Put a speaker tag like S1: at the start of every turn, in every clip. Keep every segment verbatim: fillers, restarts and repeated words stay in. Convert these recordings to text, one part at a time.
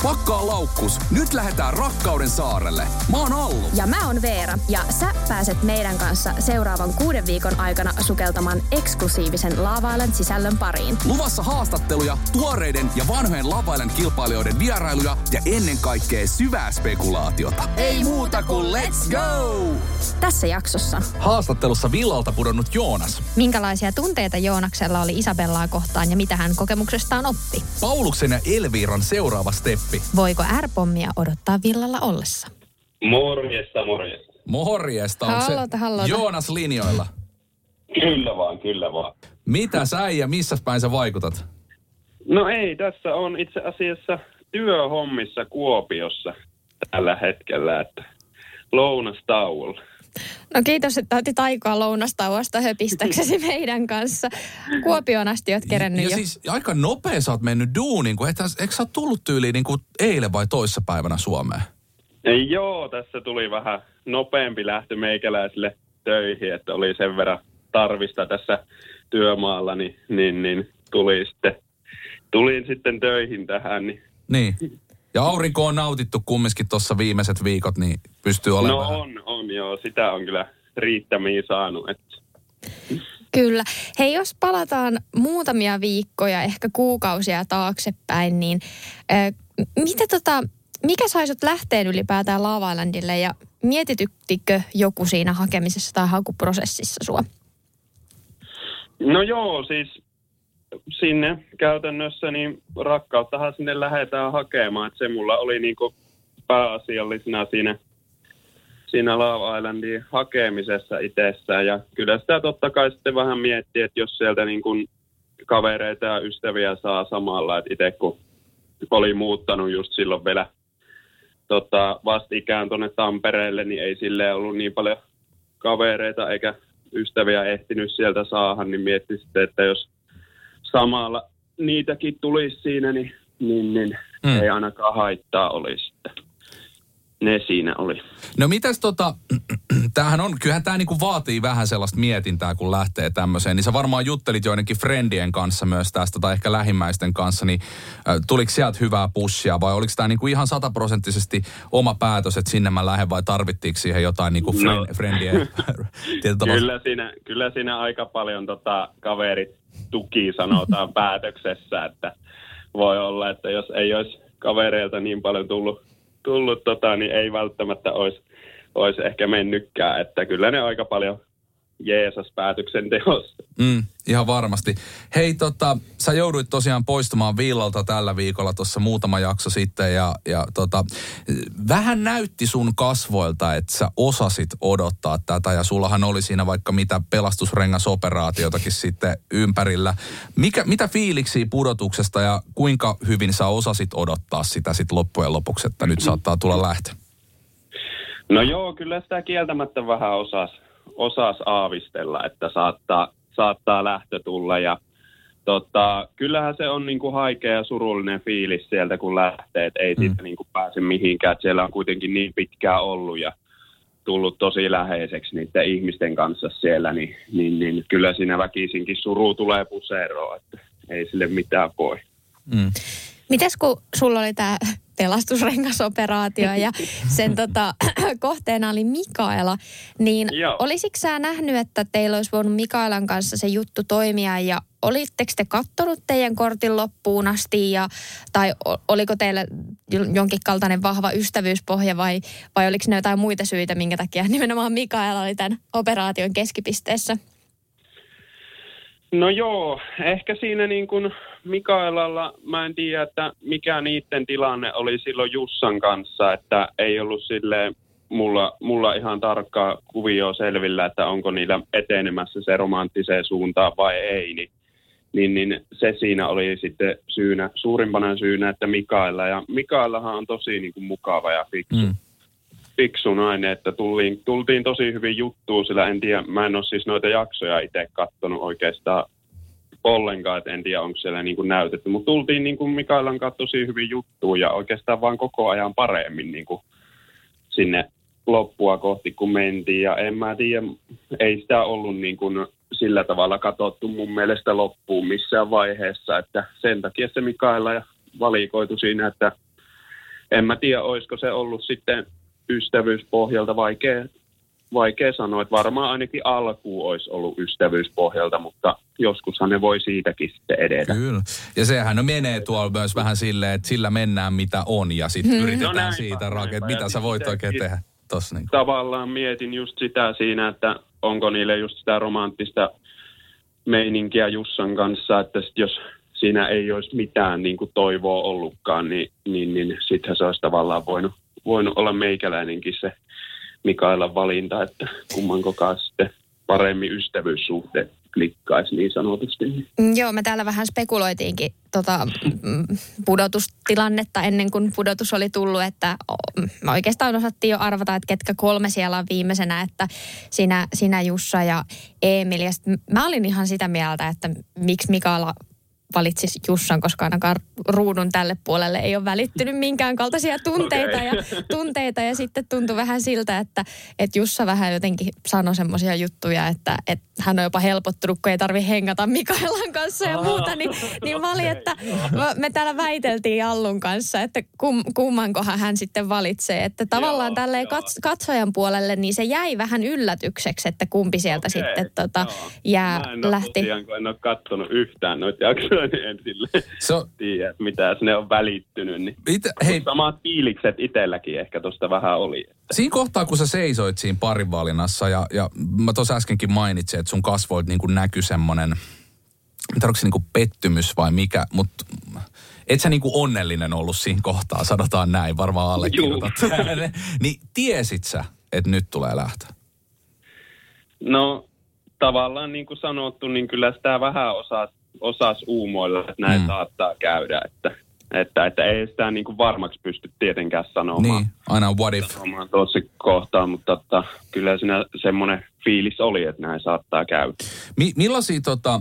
S1: Pakkaa laukkus, nyt lähdetään Rakkauden saarelle. Mä oon Allu.
S2: Ja mä oon Veera. Ja sä pääset meidän kanssa seuraavan kuuden viikon aikana sukeltamaan eksklusiivisen Love Island sisällön pariin.
S1: Luvassa haastatteluja, tuoreiden ja vanhojen Love Island kilpailijoiden vierailuja ja ennen kaikkea syvää spekulaatiota. Ei muuta kuin let's go!
S2: Tässä jaksossa.
S1: Haastattelussa villalta pudonnut Joonas.
S2: Minkälaisia tunteita Joonaksella oli Isabellaa kohtaan ja mitä hän kokemuksestaan oppi?
S1: Pauluksen ja Elviiran seuraava steppi.
S2: Voiko R-pommia odottaa villalla ollessa?
S3: Morjesta, morjesta.
S1: Morjesta. Onko
S2: hallota,
S1: se
S2: hallota.
S1: Joonas linjoilla?
S3: Kyllä vaan, kyllä vaan.
S1: Mitä sä ja missä päin sä vaikutat?
S3: No ei, tässä on itse asiassa työhommissa Kuopiossa tällä hetkellä, että lounastauolla.
S2: No kiitos, että otit aikaa lounastauosta höpistäksesi meidän kanssa. Kuopioon asti oot kerennyt
S1: ja
S2: jo.
S1: siis aika nopea sä oot mennyt duuniin, kun et, eikö sä oot tullut tyyliin niin kuin eilen vai toissapäivänä Suomeen?
S3: Ei, joo, tässä tuli vähän nopeampi lähtö meikäläisille töihin, että oli sen verran tarvista tässä työmaalla, niin, niin, niin tuli sitten, tulin sitten töihin tähän. Niin.
S1: Niin. Ja aurinko on nautittu kumminkin tuossa viimeiset viikot, niin pystyy olemaan
S3: No
S1: vähän.
S3: on, on joo. Sitä on kyllä riittämiin saanut. Että.
S2: Kyllä. Hei, jos palataan muutamia viikkoja, ehkä kuukausia taaksepäin, niin äh, mitä tota, mikä sai sut lähteen ylipäätään Love Islandille ja mietityttikö joku siinä hakemisessa tai hakuprosessissa sua?
S3: No joo, siis sinne käytännössä niin rakkauttahan sinne lähdetään hakemaan. Että se mulla oli niinku pääasiallisena siinä, siinä Love Islandin hakemisessa itsessään. Ja kyllä sitä totta kai sitten vähän miettii, että jos sieltä niinku kavereita ja ystäviä saa samalla. Että itse kun oli muuttanut just silloin vielä tota, vastikään tuonne Tampereelle, niin ei silleen ollut niin paljon kavereita eikä ystäviä ehtinyt sieltä saada. Niin mietti sitten, että jos samalla niitäkin tulisi siinä, niin, niin, niin mm. ei ainakaan haittaa olisi sitten. Ne siinä oli.
S1: No mitäs tota, tämähän on, kyllähän tämä niinku vaatii vähän sellaista mietintää, kun lähtee tämmöiseen. Niin sä varmaan juttelit joidenkin friendien kanssa myös tästä, tai ehkä lähimmäisten kanssa, niin äh, tuliko sieltä hyvää pushia, vai oliko tämä niinku ihan sataprosenttisesti oma päätös, että sinne mä lähden, vai tarvittiinko siihen jotain niinku friend, no. friendien?
S3: kyllä, siinä, kyllä siinä aika paljon tota, kaverit tuki sanotaan päätöksessä, että voi olla, että jos ei olisi kavereilta niin paljon tullut, tullut tota, niin ei välttämättä olisi, olisi ehkä mennytkään, että kyllä ne aika paljon jeesas päätöksenteossa.
S1: Mm, ihan varmasti. Hei, tota, sä jouduit tosiaan poistumaan villalta tällä viikolla tuossa muutama jakso sitten ja, ja tota, vähän näytti sun kasvoilta, että sä osasit odottaa tätä ja sullahan oli siinä vaikka mitä pelastusrengasoperaatiotakin sitten ympärillä. Mikä, mitä fiiliksiä pudotuksesta ja kuinka hyvin sä osasit odottaa sitä sitten loppujen lopuksi, että nyt saattaa tulla lähtö?
S3: No joo, kyllä sitä kieltämättä vähän osasi. osas aavistella, että saattaa, saattaa lähtö tulla ja tota, kyllähän se on niinku haikea ja surullinen fiilis sieltä kun lähtee, että ei mm. siitä niinku pääse mihinkään, että siellä on kuitenkin niin pitkään ollut ja tullut tosi läheiseksi niiden ihmisten kanssa siellä, niin, niin, niin kyllä siinä väkisinkin suru tulee puseroon, että ei sille mitään voi.
S1: Mm.
S2: Mites kun sulla oli tämä pelastusrengasoperaatio ja sen tota, kohteena oli Mikaela, niin
S3: Joo.
S2: olisitko sä nähnyt, että teillä olisi voinut Mikaelan kanssa se juttu toimia ja olitteko te kattonut teidän kortin loppuun asti ja, tai oliko teillä jonkin kaltainen vahva ystävyyspohja vai, vai oliko ne jotain muita syitä, minkä takia nimenomaan Mikaela oli tämän operaation keskipisteessä?
S3: No joo, ehkä siinä niin kuin Mikaelalla, mä en tiedä, että mikä niiden tilanne oli silloin Jussan kanssa, että ei ollut silleen mulla, mulla ihan tarkkaa kuvioa selvillä, että onko niillä etenemässä se romanttiseen suuntaan vai ei, niin, niin, niin se siinä oli sitten syynä, suurimpana syynä, että Mikaela, ja Mikaelahan on tosi niin kuin mukava ja fiksu. Mm. fiksu nainen, että tultiin, tultiin tosi hyvin juttuun, sillä en tiedä, mä en ole siis noita jaksoja itse katsonut oikeastaan ollenkaan, että en tiedä, onko siellä niin kuin näytetty, mutta tultiin niin kuin Mikaelan kanssa tosi hyvin juttuun ja oikeastaan vaan koko ajan paremmin niin kuin sinne loppua kohti, kun mentiin ja en mä tiedä, ei sitä ollut niin kuin sillä tavalla katsottu mun mielestä loppuun missään vaiheessa, että sen takia se Mikaela valikoitu siinä, että en mä tiedä, olisiko se ollut sitten ystävyyspohjalta, vaikea, vaikea sanoa, että varmaan ainakin alkuun olisi ollut ystävyyspohjalta, mutta joskushan ne voi siitäkin sitten edetä.
S1: Kyllä. Ja sehän no menee tuolla myös vähän silleen, että sillä mennään mitä on ja sitten hmm. yritetään no näinpä, siitä rakentaa. Mitä sä voit oikein tehdä tossa? Niin
S3: tavallaan mietin just sitä siinä, että onko niille just sitä romanttista meininkiä Jussan kanssa, että sit jos siinä ei olisi mitään niin kuin toivoa ollutkaan, niin, niin, niin sittenhän se olisi tavallaan voinut, voinut olla meikäläinenkin se Mikaelan valinta, että kummankokaan sitten paremmin ystävyyssuhteet klikkaisi niin sanotusti.
S2: Joo, me täällä vähän spekuloitiinkin tota, pudotustilannetta ennen kuin pudotus oli tullut, että me oikeastaan osattiin jo arvata, että ketkä kolme siellä on viimeisenä, että sinä, sinä Jussa ja Eemil. Ja mä olin ihan sitä mieltä, että miksi Mikaela valitsisi Jussan, koska ainakaan ruudun tälle puolelle ei ole välittynyt minkään kaltaisia tunteita, okay. ja, tunteita ja sitten tuntui vähän siltä, että, että Jussa vähän jotenkin sanoi semmoisia juttuja, että, että hän on jopa helpottunut, kun ei tarvitse hengata Mikaelan kanssa ja muuta, niin, niin mä olin, että me täällä väiteltiin Allun kanssa, että kum, kummankohan hän sitten valitsee, että tavallaan joo, tälleen kats, katsojan puolelle, niin se jäi vähän yllätykseksi, että kumpi sieltä okay, sitten tota, jää,
S3: mä en
S2: lähti.
S3: Tosiaan, kun en ole katsonut yhtään noita jaksoja, niin en silleen so, tiedä, mitä ne on välittynyt. Niin.
S1: Ite, hei,
S3: samat fiilikset itselläkin ehkä tuosta vähän oli. Että.
S1: Siinä kohtaa, kun sä seisoit siinä parivalinnassa, ja, ja mä tuossa äskenkin mainitsin, että sun kasvoilta niin kuin näkyi semmoinen, mitä onko se niin kuin pettymys vai mikä, mutta et sä niin kuin onnellinen ollut siinä kohtaa, sanotaan näin, varmaan allekirjoitat. Niin tiesit sä, että nyt tulee lähtö?
S3: No tavallaan niin kuin sanottu, niin kyllä sitä vähän osaa osas uumoilla, että näin mm. saattaa käydä, että, että, että ei sitä niin kuin varmaksi pysty tietenkään sanomaan.
S1: Niin, aina what if.
S3: Sanomaan tuossa kohtaa, mutta tota, kyllä siinä semmoinen fiilis oli, että näin saattaa käydä.
S1: Mi- millaisia tota,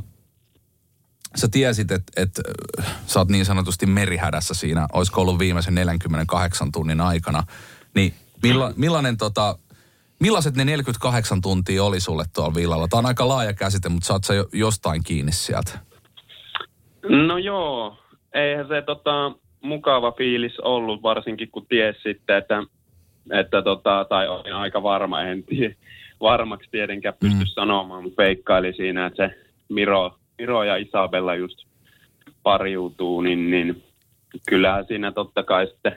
S1: sä tiesit, että, että sä oot niin sanotusti merihädässä siinä, olisiko ollut viimeisen neljänkymmenenkahdeksan tunnin aikana, niin milla, millainen tota, millaiset ne neljäkymmentäkahdeksan tuntia oli sulle tuolla villalla? Tämä on aika laaja käsite, mutta saat sä jo, jostain kiinni sieltä?
S3: No joo, eihän se tota, mukava fiilis ollut, varsinkin kun ties sitten, että, että tota, tai olin aika varma, en tiedä, varmaksi tietenkään pysty mm. sanomaan, mutta veikkaili siinä, että se Miro, Miro ja Isabella just pariutuu, niin, niin kyllähän siinä totta kai sitten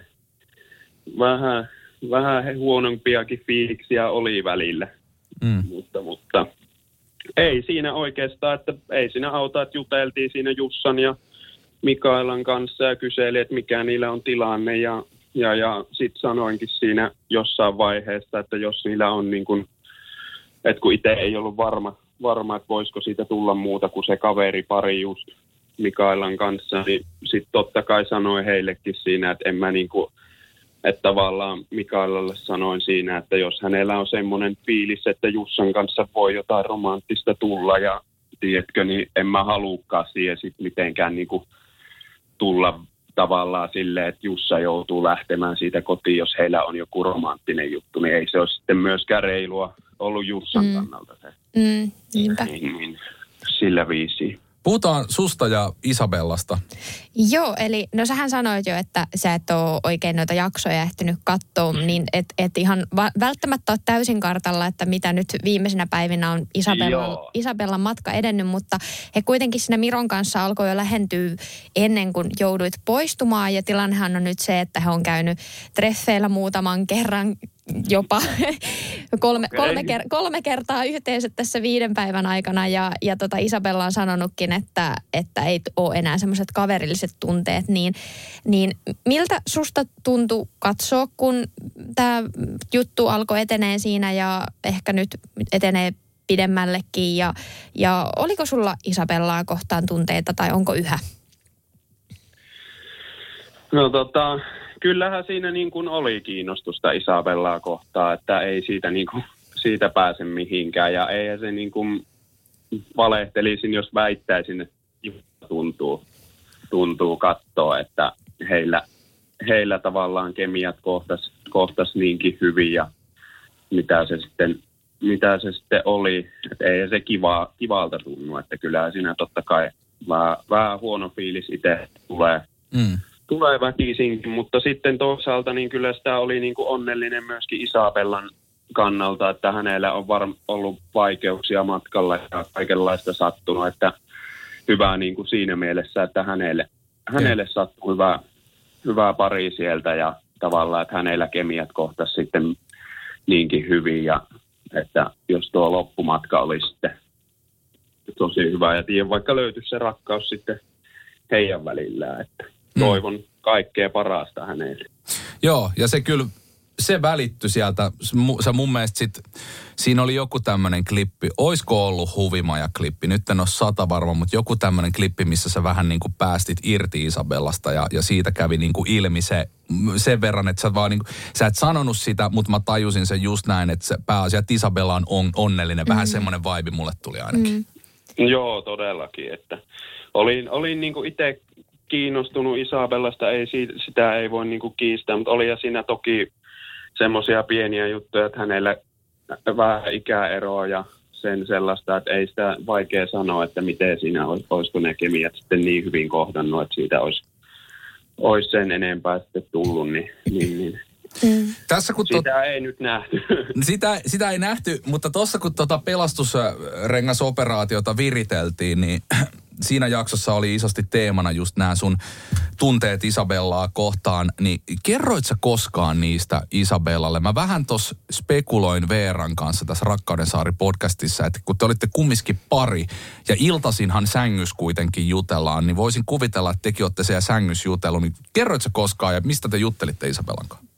S3: vähän, vähän huonompiakin fiiliksiä oli välillä, mm. mutta, mutta ei siinä oikeastaan, että ei siinä auta, että juteltiin siinä Jussan ja Mikaelan kanssa ja kyseli, että mikä niillä on tilanne ja, ja, ja sitten sanoinkin siinä jossain vaiheessa, että jos niillä on niin kuin, että kun itse ei ollut varma, varma, että voisiko siitä tulla muuta kuin se kaveripari just Mikaelan kanssa, niin sitten totta kai sanoin heillekin siinä, että en mä niin kuin, että tavallaan Mikaelalle sanoin siinä, että jos hänellä on semmoinen fiilis, että Jussan kanssa voi jotain romanttista tulla ja tiedätkö, niin en mä haluukaan siihen sitten mitenkään niin kuin tulla tavallaan silleen, että Jussa joutuu lähtemään siitä kotiin, jos heillä on joku romanttinen juttu, niin ei se ole sitten myöskään reilua ollut Jussan mm. kannalta se.
S2: Mm, niinpä.
S3: Niin, niin, sillä viisiin.
S1: Puhutaan susta ja Isabellasta.
S2: Joo, eli no sähän sanoit jo, että sä et ole oikein noita jaksoja ehtinyt katsoa, niin et, et ihan va- välttämättä ole täysin kartalla, että mitä nyt viimeisenä päivinä on Isabella, Isabellan matka edennyt, mutta he kuitenkin siinä Miron kanssa alkoi jo lähentyä ennen kuin jouduit poistumaan, ja tilannehan on nyt se, että he on käynyt treffeillä muutaman kerran, jopa kolme, okay. kolme, ker- kolme kertaa yhteensä tässä viiden päivän aikana, ja, ja tota Isabella on sanonutkin, että, että ei ole enää semmoiset kaverilliset tunteet, niin, niin miltä susta tuntui katsoa, kun tämä juttu alkoi etenee siinä ja ehkä nyt etenee pidemmällekin, ja, ja oliko sulla Isabellaa kohtaan tunteita tai onko yhä?
S3: No tota... Kyllähän siinä niin kuin oli kiinnostusta Isabellaa kohtaan, että ei siitä, niin kuin, siitä pääse mihinkään. Ja eihän se niin kuin valehtelisin, jos väittäisin, että tuntuu, tuntuu katsoa, että heillä, heillä tavallaan kemiat kohtas, kohtas niinkin hyvin ja mitä se sitten, mitä se sitten oli. Että ei se kiva, kivalta tunnu, että kyllähän siinä totta kai vähän, vähän huono fiilis itse tulee. Mm. tulee väkisinkin, mutta sitten toisaalta niin kyllä sitä oli niin kuin onnellinen myöskin Isabellan kannalta, että hänellä on var- ollut vaikeuksia matkalla ja kaikenlaista sattunut, että hyvä niin kuin siinä mielessä, että hänelle, hänelle sattui hyvä, hyvä pari sieltä ja tavallaan, että hänellä kemiat kohtasi sitten niinkin hyvin ja että jos tuo loppumatka oli sitten tosi hyvä ja tiedän, vaikka löytyisi se rakkaus sitten heidän välillään, että toivon kaikkea parasta hänelle.
S1: Joo, ja se kyllä, se välittyi sieltä. Sä mun mielestä sit, siinä oli joku tämmöinen klippi. Oisko ollut Huvimaja-klippi? Nyt en ole sata varma, mutta joku tämmöinen klippi, missä sä vähän niin kuin päästit irti Isabellasta ja, ja siitä kävi niin kuin ilmi se, sen verran, että sä vaan niin kuin, sä et sanonut sitä, mutta mä tajusin sen just näin, että se pääasia, että Isabella on on onnellinen. Vähän mm. semmoinen vibe mulle tuli ainakin. Mm.
S3: Joo, todellakin, että olin, olin niin kuin itse kiinnostunut Isabellasta, ei, sitä ei voi niin kuin kiistää, mutta oli ja siinä toki semmoisia pieniä juttuja, että hänellä vähän ikäeroa ja sen sellaista, että ei sitä vaikea sanoa, että miten siinä olisi, olisiko ne kemiat sitten niin hyvin kohdannut, että siitä olisi, olisi sen enempää sitten tullut, niin, niin, niin.
S1: Mm. Tässä, kun
S3: sitä to... ei nyt nähty.
S1: Sitä, sitä ei nähty, mutta tuossa kun tuota pelastusrengasoperaatiota viriteltiin, niin siinä jaksossa oli isosti teemana just nämä sun tunteet Isabellaa kohtaan, niin kerroit sä koskaan niistä Isabellalle? Mä vähän tossa spekuloin Veeran kanssa tässä Rakkaudensaari-podcastissa, että kun te olitte kumminkin pari ja iltasinhan sängys kuitenkin jutellaan, niin voisin kuvitella, että tekin olette siellä sängys jutellut, niin kerroit sä koskaan ja mistä te juttelitte Isabellan kanssa?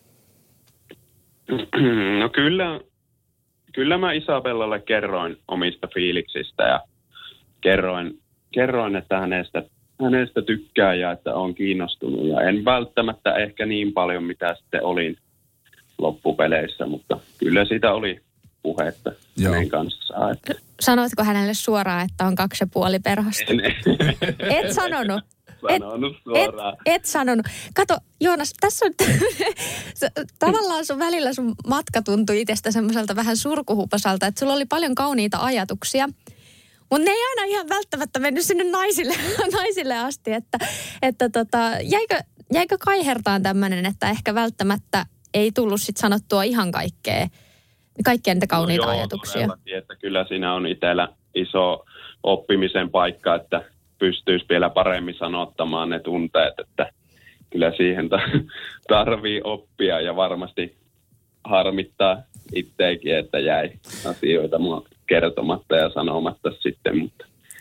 S3: No kyllä, kyllä mä Isabellalle kerroin omista fiiliksistä ja kerroin, kerroin että hänestä, hänestä tykkää ja että on kiinnostunut. Ja en välttämättä ehkä niin paljon, mitä sitten olin loppupeleissä, mutta kyllä siitä oli puhetta Joo. hänen kanssaan. Että...
S2: Sanoitko hänelle suoraan, että on kaksi ja puoli perhosta?
S3: En,
S2: Et sanonut?
S3: Sanonut suoraan.
S2: Et, et sanonut. Kato, Joonas, tässä on tavallaan sun välillä sun matka tuntui itsestä semmoiselta vähän surkuhupasalta, että sulla oli paljon kauniita ajatuksia, mutta ne ei aina ihan välttämättä mennyt sinne naisille, naisille asti, että, että tota, jäikö, jäikö kaihertaan tämmöinen, että ehkä välttämättä ei tullut sit sanottua ihan kaikkea, kaikkea niitä kauniita
S3: no joo,
S2: ajatuksia.
S3: Että kyllä siinä on itsellä iso oppimisen paikka, että pystyisi vielä paremmin sanottamaan ne tunteet, että kyllä siihen tarvii oppia ja varmasti harmittaa itseäkin, että jäi asioita kertomatta ja sanomatta sitten, mutta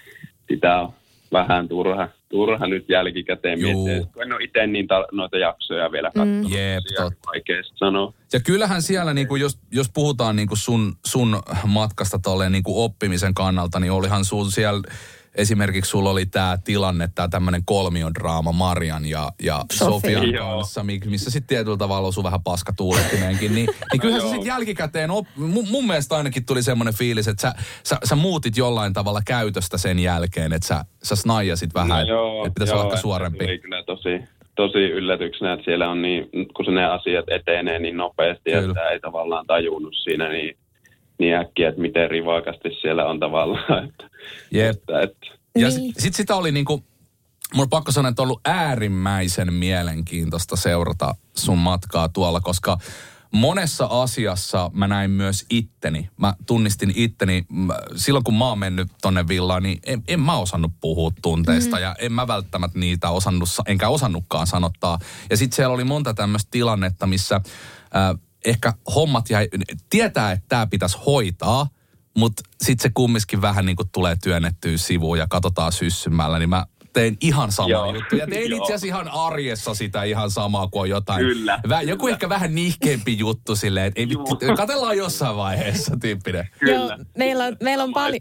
S3: sitä on vähän turha, turha nyt jälkikäteen miettiä, kun en ole itse niin ta- noita jaksoja vielä katsonut.
S1: Mm. Jep,
S3: vaikea sanoa.
S1: Ja kyllähän siellä, niin kuin jos, jos puhutaan niin kuin sun, sun matkasta tolleen niin kuin oppimisen kannalta, niin olihan sun siellä... Esimerkiksi sulla oli tämä tilanne, tämä tämmöinen kolmiodraama Marian ja, ja Sofian kanssa, missä sitten tietyllä tavalla osui vähän paskatuulettimeenkin. Niin, niin kyllähän se sitten jälkikäteen, op, mun, mun mielestä ainakin tuli semmoinen fiilis, että sä, sä, sä muutit jollain tavalla käytöstä sen jälkeen, että sä, sä snaijasit vähän, no joo, että pitäisi joo, olla ehkä suorempi.
S3: Se oli kyllä tosi, tosi yllätyksenä, että siellä on niin, kun se ne asiat etenee niin nopeasti, kyllä. Että ei tavallaan tajunnut siinä niin... niin äkkiä, että miten rivakasti siellä on tavallaan. Että,
S1: Jep.
S3: että, että.
S1: Ja niin. sitten sit sitä oli niinku, mun on pakko sanoa, että on ollut äärimmäisen mielenkiintoista seurata sun matkaa tuolla, koska monessa asiassa mä näin myös itteni. Mä tunnistin itteni, silloin kun mä oon mennyt tonne villaan, niin en, en mä osannut puhua tunteista mm-hmm. ja en mä välttämättä niitä osannut, enkä osannutkaan sanottaa. Ja sitten siellä oli monta tämmöistä tilannetta, missä... Äh, ehkä hommat jäi, tietää, että tämä pitäisi hoitaa, mutta sitten se kumminkin vähän niin kuin tulee työnnettyä sivuun ja katsotaan syssymällä, niin mä tein ihan samaa juttua. Ja tein itse asiassa ihan arjessa sitä ihan samaa kuin on jotain.
S3: Kyllä.
S1: Väh, joku kyllä. Ehkä vähän nihkeämpi juttu silleen, että ei, katsellaan jossain vaiheessa tyyppinen.
S3: Kyllä.
S2: Joo, meillä on, meillä on paljon...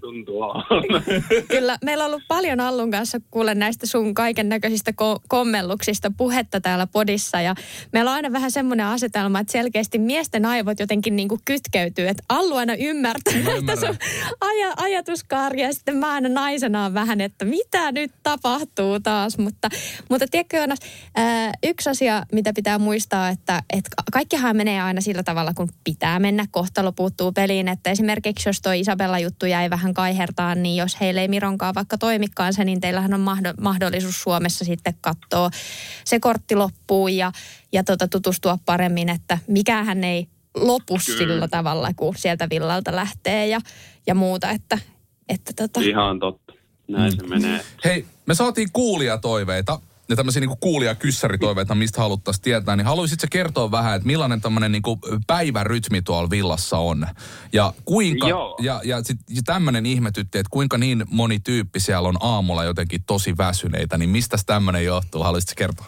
S2: Kyllä, meillä on ollut paljon Allun kanssa kuule näistä sun kaiken näköisistä ko- kommelluksista puhetta täällä podissa. Ja meillä on aina vähän semmoinen asetelma, että selkeästi miesten aivot jotenkin niin kuin kytkeytyy. Että Allu aina ymmärtää näitä sun aj- ajatuskaaria ja sitten mä aina naisena on vähän, että mitä nyt tapahtuu. tapahtuu taas. Mutta, mutta tiedätkö Joonas, ää, yksi asia, mitä pitää muistaa, että, että kaikkihan menee aina sillä tavalla, kun pitää mennä. Kohtalo puuttuu peliin, että esimerkiksi jos toi Isabella-juttu jäi vähän kaihertaan, niin jos heille ei Mironkaan vaikka toimikaan se, niin teillähän on mahdollisuus Suomessa sitten katsoa se kortti loppuun ja, ja tota, tutustua paremmin, että mikähän ei lopu sillä tavalla, kun sieltä villalta lähtee ja, ja muuta, että, että tota...
S3: Ihan totta. Näin mm. se menee.
S1: Hei, me saatiin kuulijatoiveita ja tämmöisiä niinku kuulija-kyssäritoiveita, mistä haluttaisiin tietää, niin haluaisitko kertoa vähän, että millainen tämmöinen niinku päivärytmi tuolla villassa on? Ja kuinka,
S3: Joo.
S1: ja, ja sitten tämmöinen ihmetytti, että kuinka niin moni tyyppi siellä on aamulla jotenkin tosi väsyneitä, niin mistäs tämmöinen johtuu? Haluaisitko kertoa?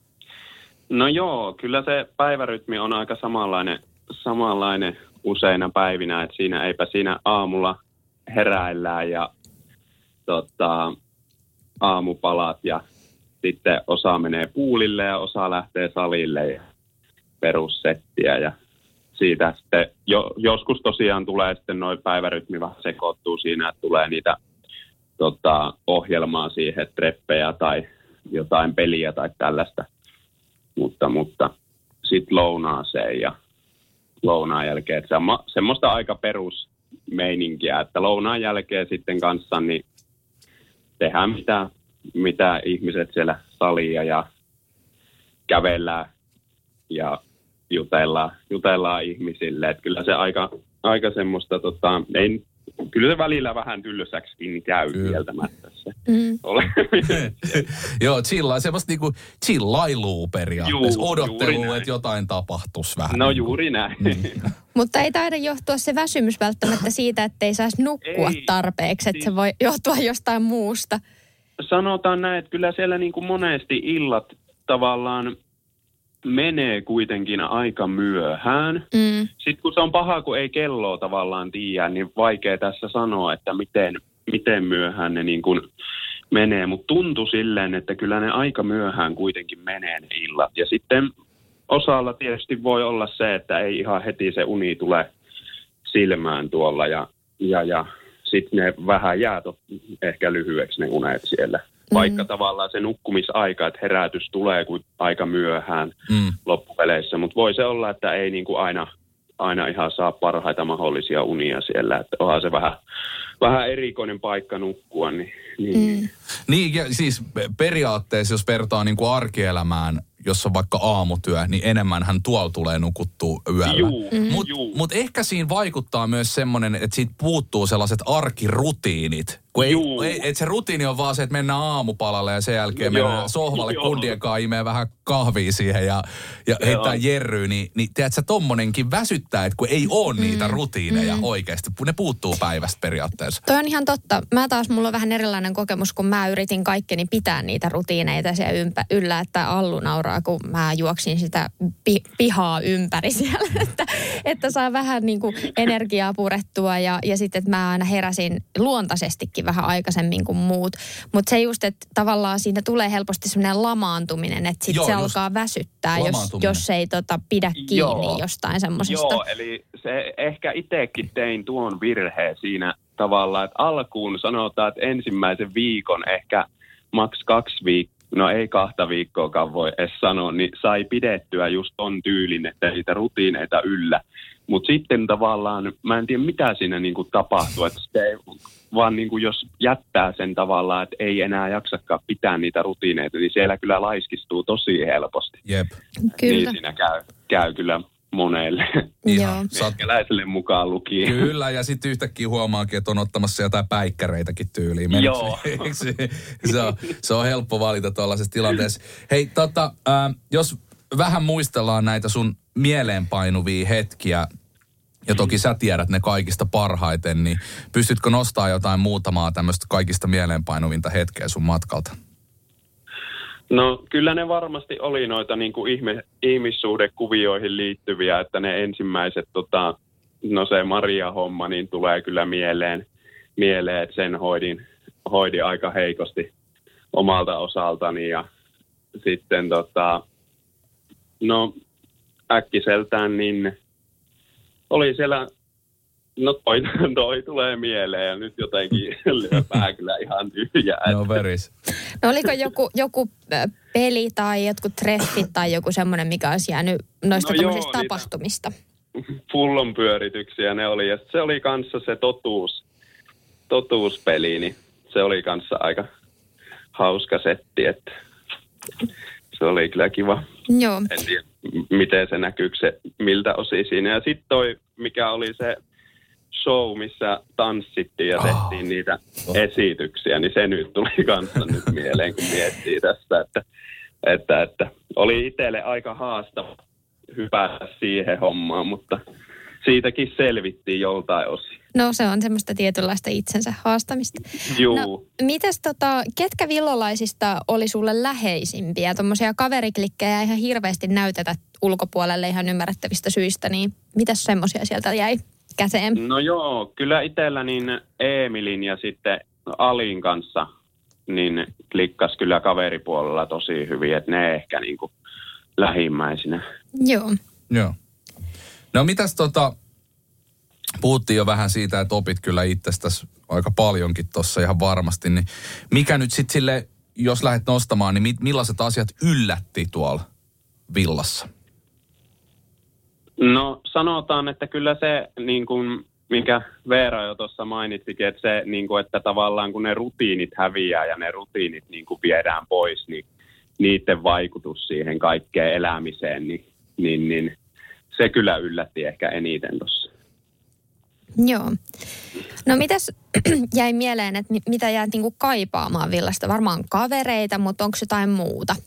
S3: No joo, kyllä se päivärytmi on aika samanlainen, samanlainen useina päivinä, että siinä eipä siinä aamulla heräillään ja tota, aamupalat ja sitten osa menee puulille ja osa lähtee salille ja perussettiä ja siitä sitten jo, joskus tosiaan tulee sitten noin päivärytmi vähän sekoittuu siinä, että tulee niitä tota, ohjelmaa siihen, treppejä tai jotain peliä tai tällaista, mutta, mutta sitten lounaaseen ja lounaan jälkeen, että semmo, semmoista aika perusmeininkiä, että lounaan jälkeen sitten kanssa niin tehdään mitä, mitä ihmiset siellä salia ja kävellään ja jutellaan, jutellaan ihmisille. Että kyllä se aika, aika semmoista, tota, ei, kyllä se välillä vähän tylsäksikin käy kieltämättä se
S2: mm.
S1: Joo, chillaa, semmoista niinku chillailuu periaatteessa, odottelu, että jotain tapahtuisi vähän.
S3: No juuri näin.
S1: Mm.
S2: Mutta ei taida johtua se väsymys välttämättä siitä, että ei saisi nukkua ei, tarpeeksi, että siis... se voi johtua jostain muusta.
S3: Sanotaan näin, että kyllä siellä niin kuin monesti illat tavallaan menee kuitenkin aika myöhään.
S2: Mm.
S3: Sitten kun se on paha, kun ei kelloa tavallaan tiedä, niin vaikea tässä sanoa, että miten, miten myöhään ne niin kuin menee. Mutta tuntui silleen, että kyllä ne aika myöhään kuitenkin menee ne illat. Ja sitten osalla tietysti voi olla se, että ei ihan heti se uni tule silmään tuolla ja, ja, ja sitten ne vähän jää to, ehkä lyhyeksi ne unet siellä. Vaikka mm. tavallaan se nukkumisaika, että herätys tulee kuin aika myöhään mm. loppupeleissä. Mutta voi se olla, että ei niinku aina, aina ihan saa parhaita mahdollisia unia siellä. Että onhan se vähän, vähän erikoinen paikka nukkua. Niin, niin.
S2: Mm.
S1: niin ja siis periaatteessa, jos vertaa niinku arkielämään, jos on vaikka aamutyö, niin enemmänhän tuolla tulee nukuttua yöllä.
S3: Juu, mm.
S1: Mutta mut ehkä siinä vaikuttaa myös semmoinen, että siitä puuttuu sellaiset arkirutiinit. Kun ei, ei, että se rutiini on vaan se, että mennään aamupalalle ja sen jälkeen Joo. mennään sohvalle Joo. kundien kanssa, imee vähän kahvia siihen ja, ja heittää jerryä. Niin, niin tiedätkö, tommonenkin väsyttää, että kun ei ole mm. niitä rutiineja mm. oikeasti. Ne puuttuu päivästä periaatteessa.
S2: Toi on ihan totta. Mä taas, mulla on vähän erilainen kokemus, kun mä yritin kaikkeni pitää niitä rutiineita siellä ympä, yllä, että Allu nauraa, kun mä juoksin sitä pi, pihaa ympäri siellä, että, että saa vähän niin kuin energiaa purettua ja, ja sitten, että mä aina heräsin luontaisestikin vähän aikaisemmin kuin muut. Mutta se just, että tavallaan siinä tulee helposti semmoinen lamaantuminen, että sitten se just alkaa väsyttää, jos, jos ei tota pidä kiinni Joo. jostain semmoisesta.
S3: Joo, eli se ehkä itsekin tein tuon virheen siinä tavallaan, että alkuun sanotaan, että ensimmäisen viikon ehkä maks kaksi viikkoa, no ei kahta viikkoakaan voi edes sanoa, niin sai pidettyä just ton tyylin, että niitä rutiineita yllä. Mutta sitten tavallaan, mä en tiedä mitä siinä niinku tapahtuu, että se ei, vaan niinku jos jättää sen tavallaan, että ei enää jaksakaan pitää niitä rutiineita, niin siellä kyllä laiskistuu tosi helposti.
S1: Jep.
S2: Kyllä.
S3: Niin siinä käy, käy kyllä monelle.
S1: Ihan.
S3: Meikäläiselle mukaan lukien.
S1: Kyllä, ja sitten yhtäkkiä huomaakin, että on ottamassa jotain päikkäreitäkin tyyliin.
S3: Joo.
S1: se, on, se on helppo valita tuollaisessa tilanteessa. Hei, tota, äh, jos vähän muistellaan näitä sun mieleenpainuvia hetkiä, ja toki sä tiedät ne kaikista parhaiten, niin pystytkö nostamaan jotain muutamaa tämmöistä kaikista mieleenpainuvinta hetkeä sun matkalta?
S3: No kyllä ne varmasti oli noita niin kuin ihme, ihmissuhdekuvioihin liittyviä, että ne ensimmäiset, tota, no se Maria-homma, niin tulee kyllä mieleen, mieleen että sen hoidin, hoidin aika heikosti omalta osaltani ja sitten tota, no äkkiseltään niin oli siellä No toi, toi tulee mieleen ja nyt jotenkin lyö pää kyllä ihan tyhjää.
S1: No veris.
S2: No oliko joku, joku peli tai jotkut treffit tai joku semmoinen, mikä olisi jäänyt noista
S3: No
S2: tämmöisistä
S3: joo,
S2: tapahtumista?
S3: Pullon pyörityksiä ne oli ja se oli kanssa se totuus, totuuspeli, niin se oli kanssa aika hauska setti, että se oli kyllä kiva.
S2: Joo.
S3: En tiedä, miten se näkyykö se, miltä osin siinä. Ja sitten toi, mikä oli se show, missä tanssittiin ja tehtiin oh. niitä esityksiä, niin se nyt tuli kanssa nyt mieleen, kun miettii tästä, että, että, että oli itselle aika haastava hypätä siihen hommaan, mutta siitäkin selvittiin joltain osin.
S2: No se on semmoista tietynlaista itsensä haastamista.
S3: Juu.
S2: No, mitäs tota, ketkä villolaisista oli sulle läheisimpiä? Tuommoisia kaveriklikkejä ihan hirveästi näytetä ulkopuolelle ihan ymmärrettävistä syistä, niin mitäs semmoisia sieltä jäi käteen?
S3: No joo, kyllä itsellä niin Eemilin ja sitten Alin kanssa niin klikkas kyllä kaveripuolella tosi hyvin, että ne ehkä niin kuin lähimmäisinä.
S2: Joo.
S1: Joo. No mitäs tota, puhuttiin jo vähän siitä, että opit kyllä itsestäsi aika paljonkin tuossa ihan varmasti, niin mikä nyt sitten sille, jos lähdet nostamaan, niin mi- millaiset asiat yllätti tuolla villassa?
S3: No sanotaan, että kyllä se, niin kuin, minkä Veera jo tuossa mainitsikin, että se, niin kuin, että tavallaan kun ne rutiinit häviää ja ne rutiinit niin kuin viedään pois, niin niiden vaikutus siihen kaikkeen elämiseen, niin, niin, niin se kyllä yllätti ehkä eniten tuossa.
S2: Joo. No mitäs jäi mieleen, että mitä jäät niinku kaipaamaan villasta? Varmaan kavereita, mutta onko jotain muuta?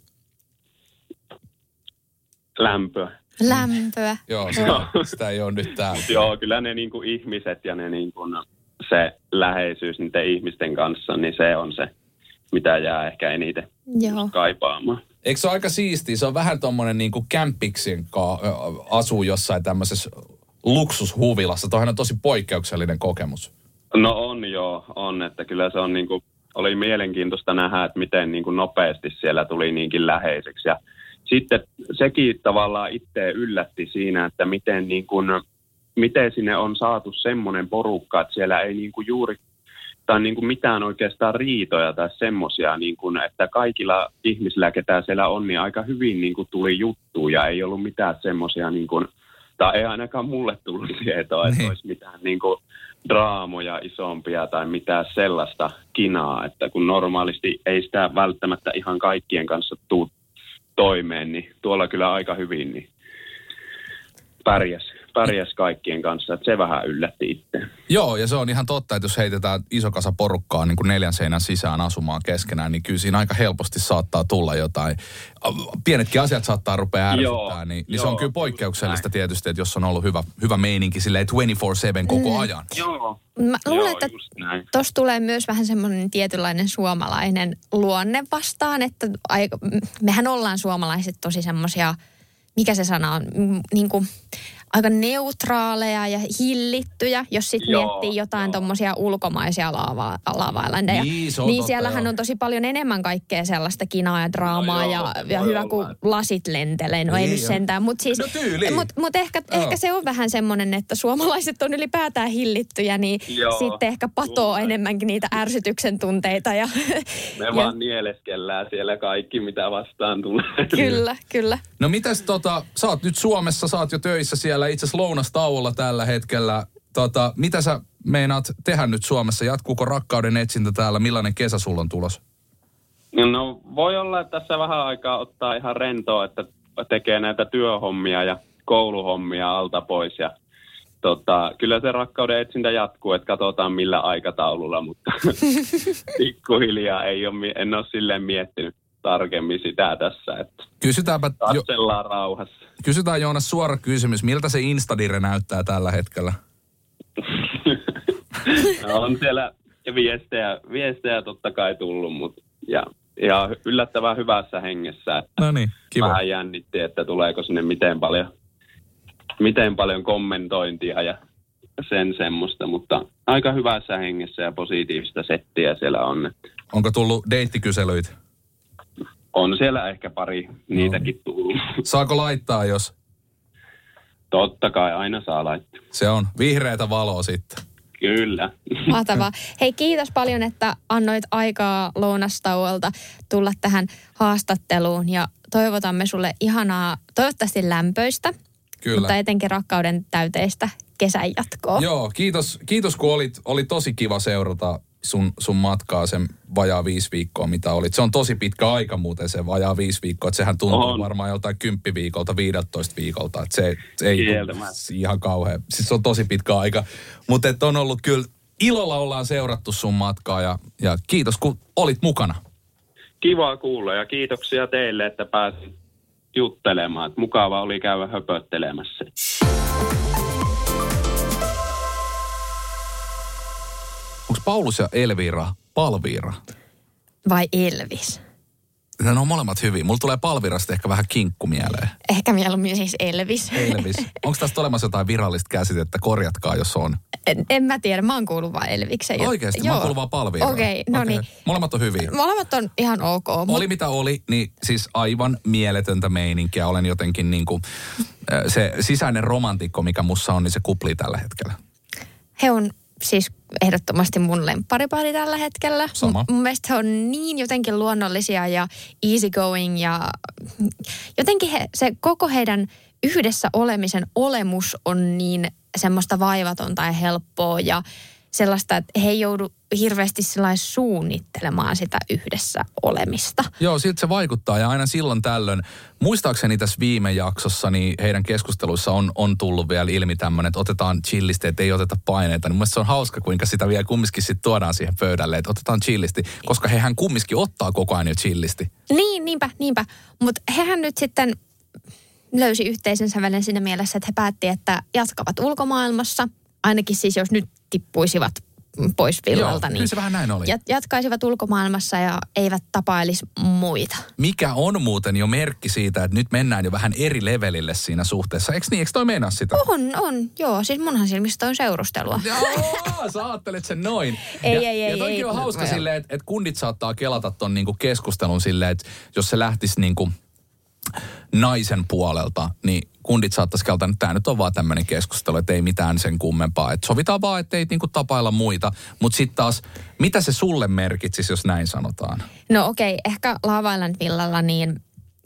S3: Lämpöä.
S2: Lämpöä.
S1: Joo, sitä, sitä ei ole nyt täällä.
S3: Joo, kyllä ne niinku ihmiset ja ne niinku, se läheisyys niiden ihmisten kanssa, niin se on se, mitä jää ehkä eniten
S2: Joo.
S3: kaipaamaan.
S1: Eikö se ole aika siistiä? Se on vähän tommonen niinku kämppiksin ka- asuu jossain tämmöisessä luksushuvilassa. Toihan on tosi poikkeuksellinen kokemus.
S3: No on joo, on. Että kyllä se on niinku, oli mielenkiintoista nähdä, että miten niinku nopeasti siellä tuli niinkin läheiseksi. Ja sitten sekin tavallaan itse yllätti siinä, että miten, niinku, miten sinne on saatu semmoinen porukka, että siellä ei niinku juuri tai niin kuin mitään oikeastaan riitoja tai semmoisia, niin kuin, että kaikilla ihmisillä, ketä siellä on, niin aika hyvin niin kuin tuli juttuja ja ei ollut mitään semmoisia, niin kuin, tai ei ainakaan mulle tullut tietoa, että olisi mitään niin kuin draamoja isompia tai mitään sellaista kinaa, että kun normaalisti ei sitä välttämättä ihan kaikkien kanssa tule toimeen, niin tuolla kyllä aika hyvin niin pärjäs. pärjäs kaikkien kanssa, että se vähän yllätti itse.
S1: Joo, ja se on ihan totta, että jos heitetään iso kasa porukkaa niin kuin neljän seinän sisään asumaan keskenään, niin kyllä siinä aika helposti saattaa tulla jotain. Pienetkin asiat saattaa rupea ärsyttää, niin, niin joo, se on kyllä poikkeuksellista tietysti, että jos on ollut hyvä, hyvä meininki silleen kaksikymmentäneljä seitsemän koko mm. ajan.
S3: Joo.
S2: Mä luulen,
S3: joo,
S2: että tuossa tulee myös vähän semmoinen tietynlainen suomalainen luonne vastaan, että aika, mehän ollaan suomalaiset tosi semmoisia, mikä se sana on, niin kuin aika neutraaleja ja hillittyjä, jos sitten miettii jotain tommosia ulkomaisia lava, lava-ländeja.
S1: Niin,
S2: niin totta, siellähän joo. on tosi paljon enemmän kaikkea sellaista kinaa ja draamaa no ja, ja hyvä kun lasit lentelee. No niin, ei nyt sentään, mutta siis,
S1: no
S2: mut, mut ehkä, ehkä se on vähän semmoinen, että suomalaiset on ylipäätään hillittyjä, niin joo, sitten ehkä patoo kyllä enemmänkin niitä ärsytyksen tunteita. Ja,
S3: me
S2: ja
S3: vaan nieleskellään siellä kaikki, mitä vastaan tulee.
S2: Kyllä, kyllä.
S1: No mitäs tota, sä oot nyt Suomessa, sä oot jo töissä siellä itse asiassa lounastauolla tällä hetkellä. Tota, mitä sä meinaat tehdä nyt Suomessa? Jatkuuko rakkauden etsintä täällä? Millainen kesä sulla on tulos?
S3: No voi olla, että tässä vähän aikaa ottaa ihan rentoa, että tekee näitä työhommia ja kouluhommia alta pois. Ja tota, kyllä se rakkauden etsintä jatkuu, että katsotaan millä aikataululla, mutta pikkuhiljaa ei ole, en ole silleen miettinyt tarkemmin sitä tässä, että
S1: kysytäänpä
S3: katsellaan jo rauhassa.
S1: Kysytään Joonas suora kysymys. Miltä se Instadire näyttää tällä hetkellä?
S3: No, on siellä viestejä, viestejä totta kai tullut, mutta ja, ja yllättävän hyvässä hengessä.
S1: No niin, kiva.
S3: Vähän jännitti, että tuleeko sinne miten paljon, miten paljon kommentointia ja sen semmoista, mutta aika hyvässä hengessä ja positiivista settiä siellä on.
S1: Onko tullut deittikyselyitä?
S3: On siellä ehkä pari niitäkin tullut.
S1: Saako laittaa, jos?
S3: Totta kai, aina saa laittaa.
S1: Se on vihreätä valoa sitten.
S3: Kyllä.
S2: Mahtavaa. Hei, kiitos paljon, että annoit aikaa lounastauolta tulla tähän haastatteluun ja toivotamme sulle ihanaa, toivottavasti lämpöistä,
S1: Kyllä.
S2: mutta etenkin rakkauden täyteistä kesän jatkoa.
S1: Joo, kiitos, kiitos kun olit, oli tosi kiva seurata sun, sun matkaa sen vajaa viisi viikkoa, mitä olit. Se on tosi pitkä aika muuten se vajaa viisi viikkoa, että sehän tuntuu on. varmaan joltain kymppiviikolta, viideltoista viikolta, että se, se ei ihan kauhean. Siis se on tosi pitkä aika, mutta on ollut kyllä, ilolla ollaan seurattu sun matkaa ja, ja kiitos kun olit mukana.
S3: Kiva kuulla ja kiitoksia teille, että pääsin juttelemaan. Mukava oli käydä höpöttelemässä.
S1: Onko Paulus ja Elvira Palviira?
S2: Vai Elvis?
S1: Ne on molemmat hyvin. Mulla tulee Palvirasta ehkä vähän kinkku mieleen.
S2: Ehkä mieluummin siis Elvis.
S1: Elvis. Onko tästä olemassa jotain virallista käsitettä? Korjatkaa, jos on.
S2: En, en mä tiedä. Mä oon kuullut vaan Elviksen.
S1: Oikeasti? Mä oon kuullut vaan Palviiraan.
S2: Okei, okay, no okay. niin.
S1: Molemmat on hyviä.
S2: Molemmat on ihan ok.
S1: Oli mut... mitä oli, niin siis aivan mieletöntä meininkiä. Olen jotenkin niinku, se sisäinen romantikko, mikä mussa on, niin se kuplii tällä hetkellä.
S2: He on siis ehdottomasti mun lempparipari tällä hetkellä.
S1: Sama.
S2: Mun mielestä he on niin jotenkin luonnollisia ja easygoing ja jotenkin he, se koko heidän yhdessä olemisen olemus on niin semmoista vaivatonta ja helppoa ja sellaista, että he ei joudu hirveästi suunnittelemaan sitä yhdessä olemista.
S1: Joo, siltä se vaikuttaa ja aina silloin tällöin. Muistaakseni tässä viime jaksossa, niin heidän keskusteluissa on, on tullut vielä ilmi tämmöinen, että otetaan chillisti, että ei oteta paineita. Niin mun mielestä se on hauska, kuinka sitä vielä kumminkin sitten tuodaan siihen pöydälle, että otetaan chillisti, koska hehän kumminkin ottaa koko ajan jo chillisti.
S2: Niin, niinpä, niinpä. Mutta hehän nyt sitten löysi yhteisen sävelen siinä mielessä, että he päätti, että jatkavat ulkomaailmassa, ainakin siis jos nyt tippuisivat pois villalta.
S1: Joo,
S2: niin
S1: kyllä se vähän näin oli.
S2: Jatkaisivat ulkomaailmassa ja eivät tapailisi muita.
S1: Mikä on muuten jo merkki siitä, että nyt mennään jo vähän eri levelille siinä suhteessa. Eikö niin? Eikö toi meinaa sitä?
S2: On, on. Joo, siis munhan silmistä on seurustelua.
S1: Joo, sä ajattelet sen noin.
S2: ei,
S1: ja,
S2: ei, ei.
S1: Ja toikin
S2: ei,
S1: on
S2: ei,
S1: hauska
S2: ei,
S1: silleen, että, että kundit saattaa kelata ton niinku keskustelun silleen, että jos se lähtisi niinku naisen puolelta, niin kundit saattaisi kelata, että tämä nyt on vaan tämmöinen keskustelu, että ei mitään sen kummempaa. Että sovitaan vaan, että ei niinku tapailla muita. Mutta sitten taas, mitä se sulle merkitsisi, jos näin sanotaan?
S2: No okei, okay, ehkä Love Island villalla niin,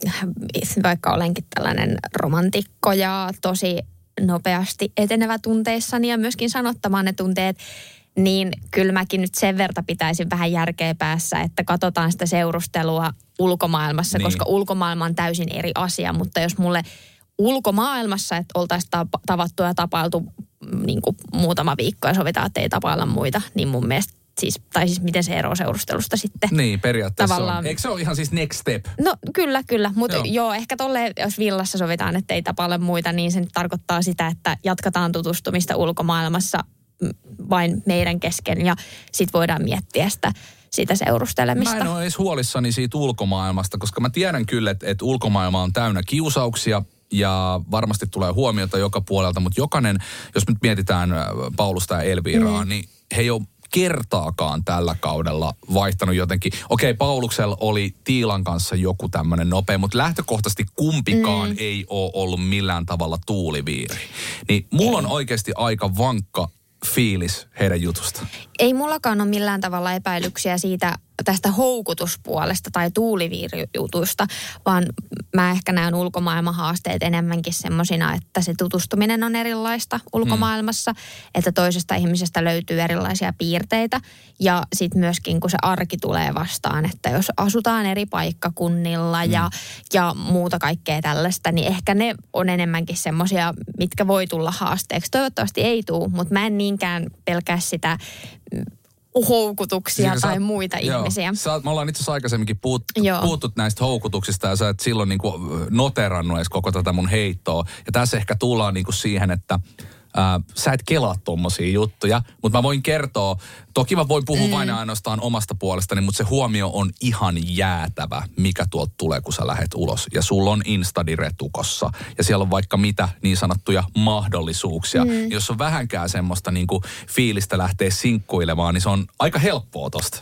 S2: vaikka olenkin tällainen romantikko ja tosi nopeasti etenevä tunteissani ja myöskin sanottamaan ne tunteet, niin kyllä mäkin nyt sen verta pitäisin vähän järkeä päässä, että katsotaan sitä seurustelua ulkomaailmassa, niin. Koska ulkomaailma on täysin eri asia, mutta jos mulle ulkomaailmassa, että oltaisiin tavattu ja tapailtu niin kuin muutama viikko ja sovitaan, että ei tapailla muita, niin mun mielestä siis, tai siis miten se eroaa seurustelusta sitten.
S1: Niin, periaatteessa
S2: tavallaan
S1: on. Eikö se ole ihan siis next step?
S2: No kyllä, kyllä, mutta joo.
S1: joo,
S2: ehkä tolleen, jos villassa sovitaan, että ei tapailla muita, niin se nyt tarkoittaa sitä, että jatketaan tutustumista ulkomaailmassa vain meidän kesken ja sit voidaan miettiä sitä, sitä seurustelemista.
S1: Mä en ole edes huolissani siitä ulkomaailmasta, koska mä tiedän kyllä, että, että ulkomaailma on täynnä kiusauksia ja varmasti tulee huomiota joka puolelta, mutta jokainen, jos nyt mietitään Paulusta ja Elviraa, mm. niin he ei ole kertaakaan tällä kaudella vaihtanut jotenkin. Okei, Pauluksella oli Tiilan kanssa joku tämmöinen nopea, mutta lähtökohtaisesti kumpikaan mm. ei ole ollut millään tavalla tuuliviiri. Niin mulla ei. on oikeasti aika vankka fiilis heidän jutusta.
S2: Ei mullakaan ole millään tavalla epäilyksiä siitä tästä houkutuspuolesta tai tuuliviirijutusta, vaan mä ehkä näen ulkomaailman haasteet enemmänkin semmosina, että se tutustuminen on erilaista ulkomaailmassa, mm. että toisesta ihmisestä löytyy erilaisia piirteitä ja sitten myöskin kun se arki tulee vastaan, että jos asutaan eri paikkakunnilla mm. ja, ja muuta kaikkea tällaista, niin ehkä ne on enemmänkin semmoisia, mitkä voi tulla haasteeksi. Toivottavasti ei tule, mutta mä en niinkään pelkää sitä houkutuksia siis tai sä, muita joo, ihmisiä.
S1: Sä, me ollaan itse asiassa aikaisemminkin puhut, puhuttu näistä houkutuksista ja sä et silloin niinku noterannut edes koko tätä mun heittoa. Ja tässä ehkä tullaan niinku siihen, että ää, sä et kelaa tommosia juttuja, mutta mä voin kertoa, toki mä voin puhua mm. vain ainoastaan omasta puolestani, mutta se huomio on ihan jäätävä, mikä tuolta tulee, kun sä lähet ulos. Ja sulla on Instadiretukossa ja siellä on vaikka mitä niin sanottuja mahdollisuuksia. Mm. Jos on vähänkään semmoista niinku fiilistä lähteä sinkkuilemaan, niin se on aika helppoa tosta.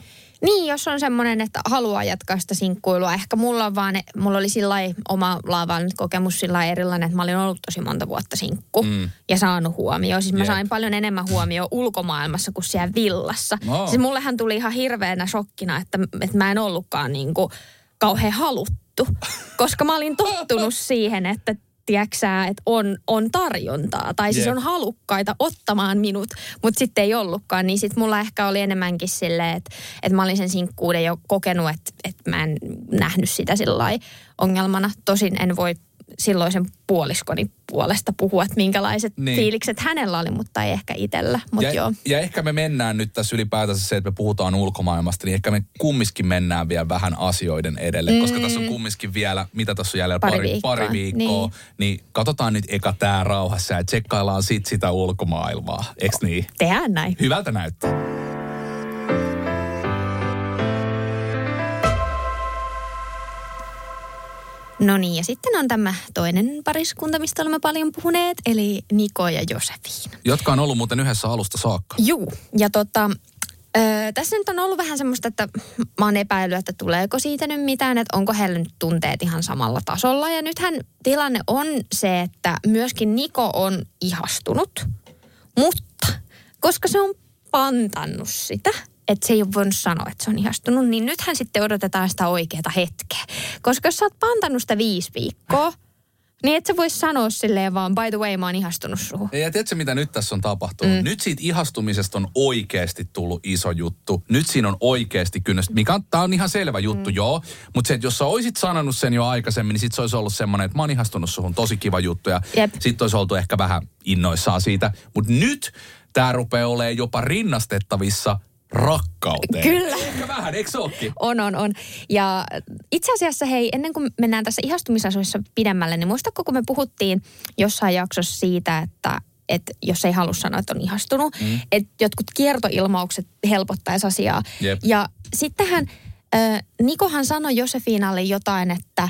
S2: Niin, jos on semmoinen, että haluaa jatkaa sitä sinkkuilua. Ehkä mulla on vaan, mulla oli sillai oma laavan kokemus sillai erilainen, että mä olin ollut tosi monta vuotta sinkku mm. ja saanut huomioon. Siis mä Jep. sain paljon enemmän huomioon ulkomaailmassa kuin siellä villassa. No. Siis mullehan tuli ihan hirveänä shokkina, että, että mä en ollutkaan niin kuin kauhean haluttu, koska mä olin tottunut siihen, että tiedäksä, että on, on tarjontaa tai siis yeah. on halukkaita ottamaan minut, mutta sitten ei ollutkaan. Niin sitten mulla ehkä oli enemmänkin silleen, että, että mä olin sen sinkkuuden jo kokenut, että, että mä en nähnyt sitä sillai ongelmana. Tosin en voi silloisen puoliskoni puolesta puhua, että minkälaiset niin. fiilikset hänellä oli, mutta ei ehkä itsellä. Mut
S1: ja,
S2: joo.
S1: ja ehkä me mennään nyt tässä ylipäätänsä se, että me puhutaan ulkomaailmasta, niin ehkä me kumminkin mennään vielä vähän asioiden edelle, mm. koska tässä on kumminkin vielä, mitä tässä on jäljellä,
S2: pari,
S1: pari
S2: viikkoa,
S1: pari viikkoa, niin. niin katsotaan nyt eka tää rauhassa ja tsekkaillaan sit sitä ulkomaailmaa, eks niin?
S2: Tehdään näin.
S1: Hyvältä näyttää.
S2: No niin, ja sitten on tämä toinen pariskunta, mistä olemme paljon puhuneet, eli Niko ja Josefiina.
S1: Jotka on ollut muuten yhdessä alusta saakka.
S2: Juu, ja tota, ö, tässä nyt on ollut vähän semmoista, että mä oon epäillyt, että tuleeko siitä nyt mitään, että onko heillä nyt tunteet ihan samalla tasolla. Ja nythän tilanne on se, että myöskin Niko on ihastunut, mutta koska se on pantannut sitä, että se ei ole voinut sanoa, että se on ihastunut, niin nythän sitten odotetaan sitä oikeaa hetkeä. Koska jos sä oot pantannut sitä viisi viikkoa, niin et sä vois sanoa silleen vaan, by the way, mä oon ihastunut suhun.
S1: Ja tiedätkö, mitä nyt tässä on tapahtunut? Mm. Nyt siitä ihastumisesta on oikeasti tullut iso juttu. Nyt siinä on oikeasti kynnöstä, mikä on, tää on ihan selvä juttu, mm. joo. Mutta se, että jos sä oisit sanonut sen jo aikaisemmin, niin sit se olisi ollut semmoinen, että mä oon ihastunut suhun, tosi kiva juttu. Ja Jep. sit olisi oltu ehkä vähän innoissaan siitä. Mutta nyt tää rupeaa olemaan jopa rinnastettavissa rakkauteen.
S2: Kyllä.
S1: Ehkä vähän, eikö se ookin?
S2: On, on, on. Ja itse asiassa hei, ennen kuin mennään tässä ihastumisasuissa pidemmälle, niin muistatko, kun me puhuttiin jossain jaksossa siitä, että, että jos ei halua sanoa, että on ihastunut, mm. että jotkut kiertoilmaukset helpottaisi asiaa.
S1: Jep.
S2: Ja sittenhän äh, Nikohan sanoi Josefiinalle jotain, että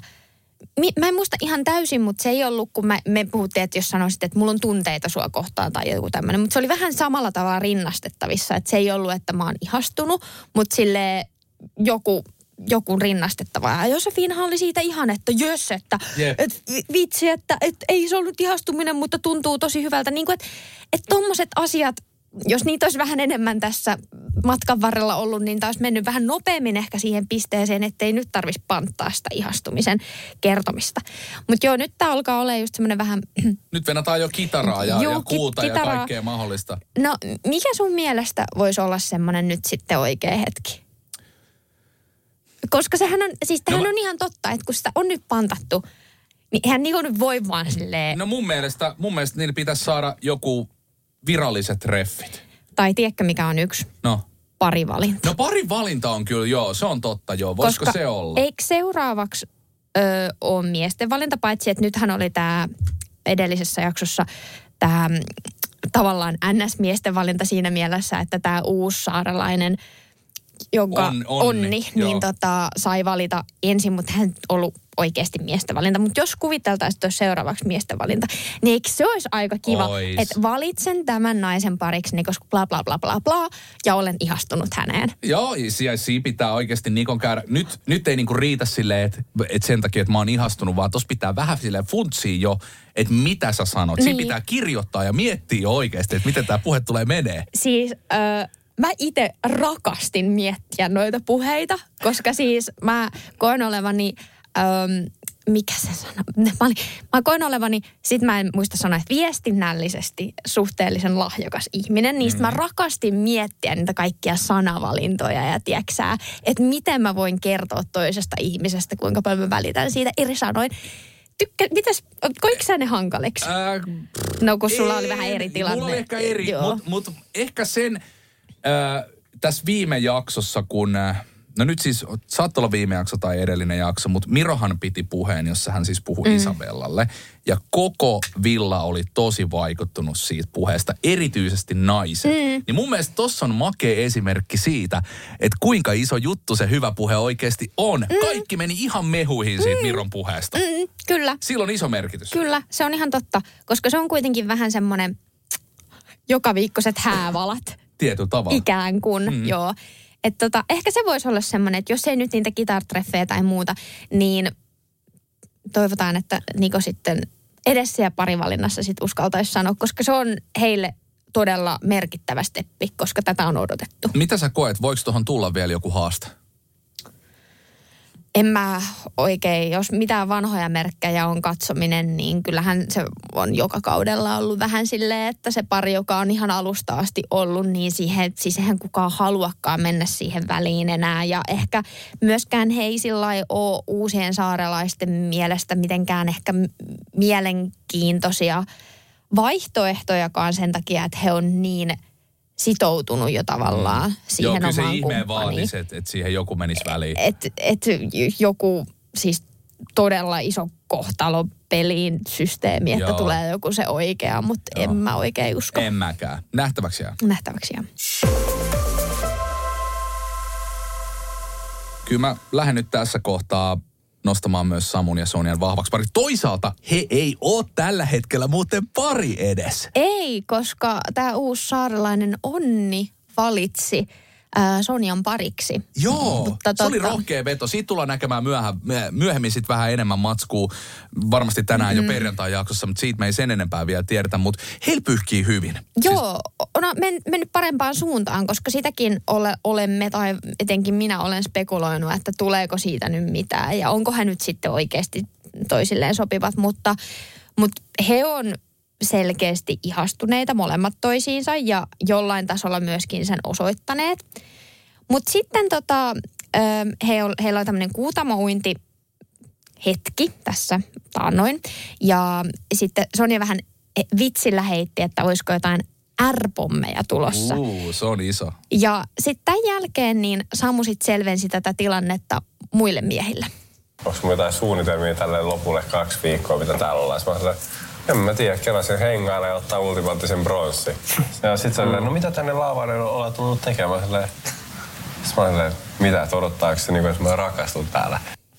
S2: mä en muista ihan täysin, mutta se ei ollut, kun mä, me puhuttiin, että jos sanoisit, että mulla on tunteita sua kohtaan tai joku tämmöinen. Mutta se oli vähän samalla tavalla rinnastettavissa, että se ei ollut, että mä oon ihastunut, mutta silleen joku, joku rinnastettava. Ja Josefiinahan oli siitä ihan, että jös, että yeah. et, vitsi, että et, ei se ollut ihastuminen, mutta tuntuu tosi hyvältä. Niin kuin, että et tommoset asiat, jos niitä olisi vähän enemmän tässä matkan varrella ollut, niin taas mennyt vähän nopeammin ehkä siihen pisteeseen, ettei nyt tarvitsisi panttaa sitä ihastumisen kertomista. Mutta joo, nyt tämä alkaa olla just semmoinen vähän...
S1: Nyt venätään jo kitaraa ja,
S2: Juu,
S1: ja kuuta
S2: kitaraa.
S1: Ja kaikkea mahdollista.
S2: No, mikä sun mielestä voisi olla semmoinen nyt sitten oikea hetki? Koska sehän on, siis tämähän no, on ihan totta, että kun sitä on nyt pantattu, niin eihän niin nyt voi vaan silleen...
S1: No mun mielestä, mun mielestä niillä pitäisi saada joku viralliset treffit.
S2: Tai tiedätkö mikä on yksi?
S1: No.
S2: Parivalinta.
S1: No parivalinta on kyllä, joo, se on totta, joo. Voisiko
S2: Koska
S1: se olla?
S2: Eikö seuraavaksi ö, ole miesten valinta, paitsi että nythän oli tämä edellisessä jaksossa tämä tavallaan N S-miesten valinta siinä mielessä, että tämä uusi saarelainen, jonka
S1: on, onni,
S2: onni niin tota, sai valita ensin, mutta hän ollut oikeasti miesten valinta. Mutta jos kuviteltaisiin, että olisi seuraavaksi miesten valinta, niin eikö se olisi aika kiva,
S1: Ois.
S2: että valitsen tämän naisen pariksi, niin koska bla bla bla bla bla, ja olen ihastunut häneen.
S1: Joo, ja siinä pitää oikeasti Nikon käydä. Nyt, nyt ei niinku riitä silleen, että, että sen takia, että mä oon ihastunut, vaan tossa pitää vähän silleen funtsia jo, että mitä sä sanot. Niin. Siinä pitää kirjoittaa ja miettiä jo oikeasti, että miten tämä puhe tulee menee.
S2: Siis... Öö, Mä itse rakastin miettiä noita puheita, koska siis mä koen olevani, äm, mikä se sana, mä, olin, mä koen olevani, sit mä en muista sanoa, että viestinnällisesti suhteellisen lahjakas ihminen, niin mm. mä rakastin miettiä niitä kaikkia sanavalintoja ja tieksää, että miten mä voin kertoa toisesta ihmisestä, kuinka paljon mä välitän siitä eri sanoin. Tykkä, mitäs, koiko sä ne hankaliksi? Äh, no kun sulla ei, oli vähän eri tilanne.
S1: Mulla oli ehkä eri, mutta mut ehkä sen... Öö, tässä viime jaksossa, kun, no nyt siis, saattoi olla viime jakso tai edellinen jakso, mutta Mirohan piti puheen, jossa hän siis puhui mm. Isabellalle. Ja koko villa oli tosi vaikuttunut siitä puheesta, erityisesti naiset. Mm. Niin mun mielestä tossa on makea esimerkki siitä, että kuinka iso juttu se hyvä puhe oikeasti on. Mm. Kaikki meni ihan mehuihin siitä mm. Miron puheesta.
S2: Mm, kyllä.
S1: Sillä on iso merkitys.
S2: Kyllä, se on ihan totta, koska se on kuitenkin vähän semmoinen joka viikkoiset häävalat.
S1: Tietyllä tavalla.
S2: Ikään kuin, mm. joo. Että tota, ehkä se voisi olla semmoinen, että jos ei nyt niitä kitartreffejä tai muuta, niin toivotaan, että Niko sitten edes siellä parivalinnassa sit uskaltaisi sanoa, koska se on heille todella merkittävä steppi, koska tätä on odotettu.
S1: Mitä sä koet? Voiko tuohon tulla vielä joku haaste?
S2: En mä oikein, jos mitään vanhoja merkkejä on katsominen, niin kyllähän se on joka kaudella ollut vähän silleen, että se pari, joka on ihan alusta asti ollut, niin siihen, siis eihän kukaan haluakaan mennä siihen väliin enää. Ja ehkä myöskään he ei sillä ei ole uusien saarelaisten mielestä mitenkään ehkä mielenkiintoisia vaihtoehtojakaan sen takia, että he on niin sitoutunut jo tavallaan mm. siihen omaan kumppaniin. Joo, kyllä se ihmeen vaatisi,
S1: että et siihen joku menisi väliin.
S2: Että et joku siis todella iso kohtalo peliin systeemi, että Joo. tulee joku se oikea, mutta Joo. en mä oikein usko.
S1: En mäkään. Nähtäväksi jää.
S2: Nähtäväksi jää.
S1: Kyllä mä lähden nyt tässä kohtaa nostamaan myös Samun ja Sonjan vahvaksi pari. Toisaalta he ei ole tällä hetkellä muuten pari edes.
S2: Ei, koska tämä uusi saarelainen Onni valitsi äh, Sonjan pariksi.
S1: Joo, Mutta se tota... oli rohkea veto. Siitä tullaan näkemään myöhä, myöhemmin sitten vähän enemmän matskua. Varmasti tänään mm. jo perjantai-jaksossa, mutta siitä me ei sen enempää vielä tiedetä. Mutta heillä pyyhkii hyvin.
S2: Joo, on men, mennyt parempaan suuntaan, koska sitäkin ole, olemme, tai etenkin minä olen spekuloinut, että tuleeko siitä nyt mitään. Ja onko he nyt sitten oikeasti toisilleen sopivat, mutta, mutta he on selkeästi ihastuneita molemmat toisiinsa ja jollain tasolla myöskin sen osoittaneet. Mutta sitten tota, he, heillä on tämmöinen kuutamo-uinti hetki tässä taannoin. Ja sitten Sonja vähän vitsillä heitti, että olisiko jotain R-pommeja tulossa.
S1: Uu, se on iso.
S2: Ja sitten tämän jälkeen niin Samu sitten selvensi tätä tilannetta muille miehille.
S4: Onko mun jotain suunnitelmia tälle lopulle kaksi viikkoa, mitä täällä ollaan? Mä sanoin, en mä tiedä, kelasin hengailla ja ottaa ultimaattisen bronssin. Ja sit se mm. no mitä tänne laavalle ollaan tullut tekemään? Silleen, sit mä olin mitä, että odottaako se, niin kuin, että mä rakastun täällä?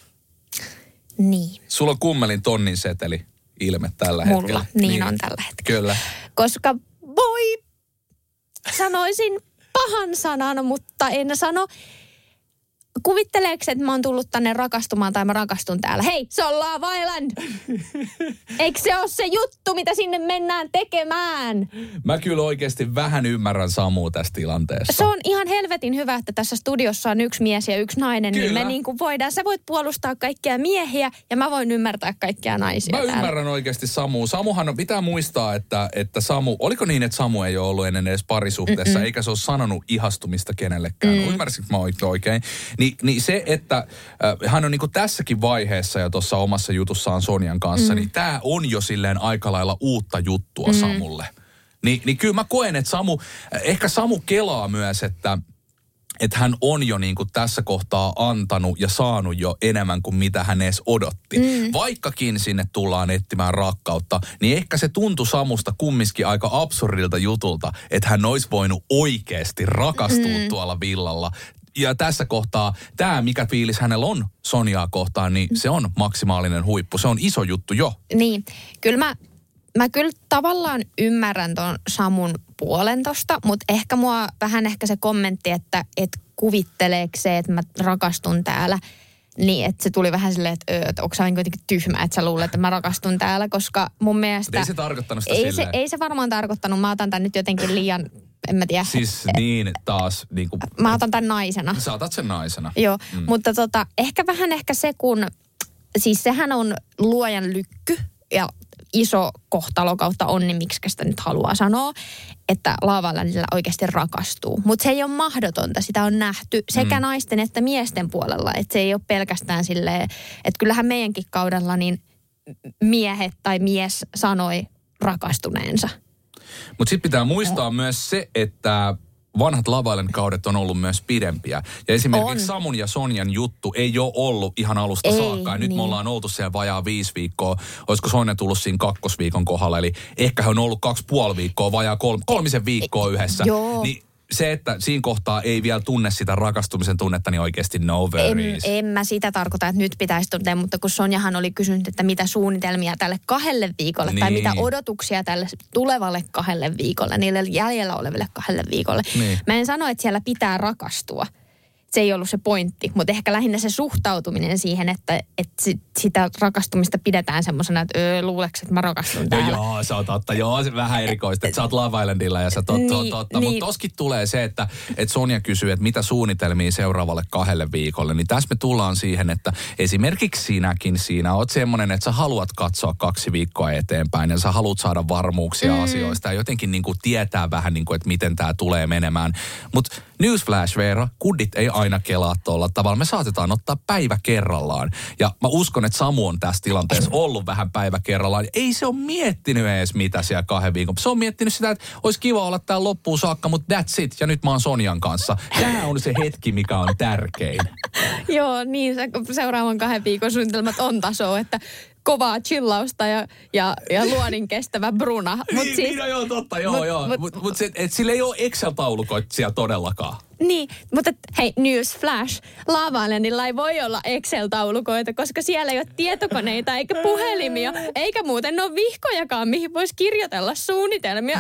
S2: Niin.
S1: Sulla on kummelin tonnin seteli ilme tällä
S2: Mulla,
S1: hetkellä.
S2: Niin, niin on tällä hetkellä.
S1: Kyllä.
S2: Koska voi, sanoisin pahan sanan, mutta en sano. Kuvitteleeko, että mä oon tullut tänne rakastumaan tai mä rakastun täällä? Hei, se on Love Island! Eikö se ole se juttu, mitä sinne mennään tekemään?
S1: Mä kyllä oikeasti vähän ymmärrän Samua tässä tilanteessa.
S2: Se on ihan helvetin hyvä, että tässä studiossa on yksi mies ja yksi nainen. Kyllä. Niin me niin kuin voidaan, sä voit puolustaa kaikkia miehiä ja mä voin ymmärtää kaikkia naisia
S1: Mä
S2: täällä.
S1: ymmärrän oikeasti Samua. Samuhan on, pitää muistaa, että, että Samu, oliko niin, että Samu ei ole ollut ennen edes parisuhteessa, Mm-mm. eikä se ole sanonut ihastumista kenellekään. Mm. Ymmärsinkö mä oikein? Niin, niin se, että äh, hän on niin kuin tässäkin vaiheessa ja tuossa omassa jutussaan Sonjan kanssa, mm. niin tämä on jo silleen aika lailla uutta juttua mm. Samulle. Ni, niin kyllä mä koen, että Samu, ehkä Samu kelaa myös, että että hän on jo niin kuin tässä kohtaa antanut ja saanut jo enemmän kuin mitä hän edes odotti. Mm. Vaikkakin sinne tullaan etsimään rakkautta, niin ehkä se tuntui Samusta kumminkin aika absurdilta jutulta, että hän olisi voinut oikeasti rakastua mm. tuolla villalla. Ja tässä kohtaa, tämä mikä fiilis hänellä on Sonjaa kohtaan, niin se on maksimaalinen huippu. Se on iso juttu jo.
S2: Niin, kyllä mä, mä kyllä tavallaan ymmärrän ton Samun puolen tosta, mutta ehkä mua vähän ehkä se kommentti, että et kuvitteleeko se, että mä rakastun täällä, niin että se tuli vähän silleen, että, että onko sä niin kuitenkin tyhmä, että sä luulet, että mä rakastun täällä, koska mun mielestä...
S1: Ei se tarkoittanut sitä
S2: ei
S1: silleen.
S2: Se, ei se varmaan tarkoittanut, mä otan tän nyt jotenkin liian... En mä tiedä.
S1: Siis niin taas niin kuin...
S2: Mä otan tämän naisena.
S1: Sä otat sen naisena.
S2: Joo, mm. mutta tota, ehkä vähän ehkä se, kun... Siis sehän on luojan lykky ja iso kohtalo kautta onni, miksi sitä nyt haluaa sanoa, että Love Islandilla oikeasti rakastuu. Mutta se ei ole mahdotonta, sitä on nähty sekä mm. naisten että miesten puolella. Että se ei ole pelkästään silleen, että kyllähän meidänkin kaudella niin miehet tai mies sanoi rakastuneensa.
S1: Mutta sitten pitää muistaa mm. myös se, että vanhat Love Island-kaudet on ollut myös pidempiä. Ja esimerkiksi on. Samun ja Sonjan juttu ei ole ollut ihan alusta ei, saakka. Ja nyt niin. me ollaan oltu siellä vajaa viisi viikkoa. Olisiko Sonja tullut siinä kakkosviikon kohdalla? Eli ehkä he on ollut kaksi puoli viikkoa, vajaa kol- kolmisen viikkoa yhdessä.
S2: Joo.
S1: Niin se, että siinä kohtaa ei vielä tunne sitä rakastumisen tunnetta, niin oikeasti no worries.
S2: En, en mä sitä tarkoita, että nyt pitäisi tuntea, mutta kun Sonjahan oli kysynyt, että mitä suunnitelmia tälle kahdelle viikolle, niin. tai mitä odotuksia tälle tulevalle kahdelle viikolle, niille jäljellä oleville kahdelle viikolle. Niin. Mä en sano, että siellä pitää rakastua, se ei ollut se pointti, mutta ehkä lähinnä se suhtautuminen siihen, että, että sitä rakastumista pidetään semmoisena, että öö, luuleeko, että mä rakastun täällä.
S1: No joo, se on totta. Joo, se vähän erikoista, että sä oot Love Islandilla ja sä tot, niin, tot, totta. Niin. Mutta toskin tulee se, että, että Sonja kysyy, että mitä suunnitelmia seuraavalle kahdelle viikolle. Niin tässä me tullaan siihen, että esimerkiksi sinäkin siinä oot semmoinen, että sä haluat katsoa kaksi viikkoa eteenpäin ja sä haluat saada varmuuksia mm. asioista ja jotenkin niin kuin tietää vähän, niin kuin, että miten tämä tulee menemään. Mutta newsflash, Veera, kuddit ei aina kelaa tuolla tavalla. Me saatetaan ottaa päivä kerrallaan. Ja mä uskon, että Samu on tässä tilanteessa ollut vähän päivä kerrallaan. Ei se ole miettinyt edes mitä siellä kahden viikon. Se on miettinyt sitä, että olisi kiva olla täällä loppuun saakka, mutta that's it. Ja nyt mä oon Sonjan kanssa. Tämä on se hetki, mikä on tärkein.
S2: Joo, niin se seuraavan kahden viikon suunnitelmat on tasoa, että kovaa chillausta ja, ja, ja luodin kestävä bruna. Mut
S1: niin,
S2: siis,
S1: niin, no joo, totta, joo, mut, joo. Mutta mut, mut se, et sillä ei ole Excel-taulukoita siellä todellakaan.
S2: Niin, mutta hei, news flash. Love Islandilla ei voi olla Excel-taulukoita, koska siellä ei ole tietokoneita eikä puhelimia, eikä muuten ole vihkojakaan, mihin voisi kirjoitella suunnitelmia.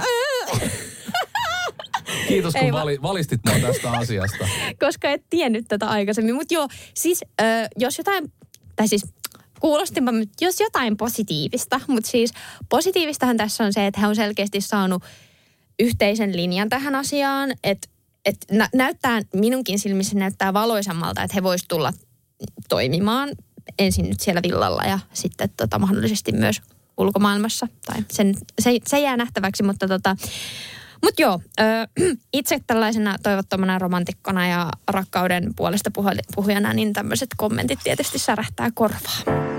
S1: Kiitos, kun vali, valistit mua tästä asiasta.
S2: Koska et tiennyt tätä aikaisemmin. Mutta joo, siis äh, jos jotain, tai siis kuulostinpa, jos jotain positiivista, mutta siis positiivistahan tässä on se, että he on selkeästi saanut yhteisen linjan tähän asiaan, että et nä- näyttää, minunkin silmissä näyttää valoisammalta, että he vois tulla toimimaan ensin nyt siellä villalla ja sitten tota, mahdollisesti myös ulkomaailmassa. Tai sen, se, se jää nähtäväksi, mutta tota, mut joo, ö, itse tällaisena toivottomana romantikkona ja rakkauden puolesta puhujana, niin tämmöiset kommentit tietysti särähtää korvaa.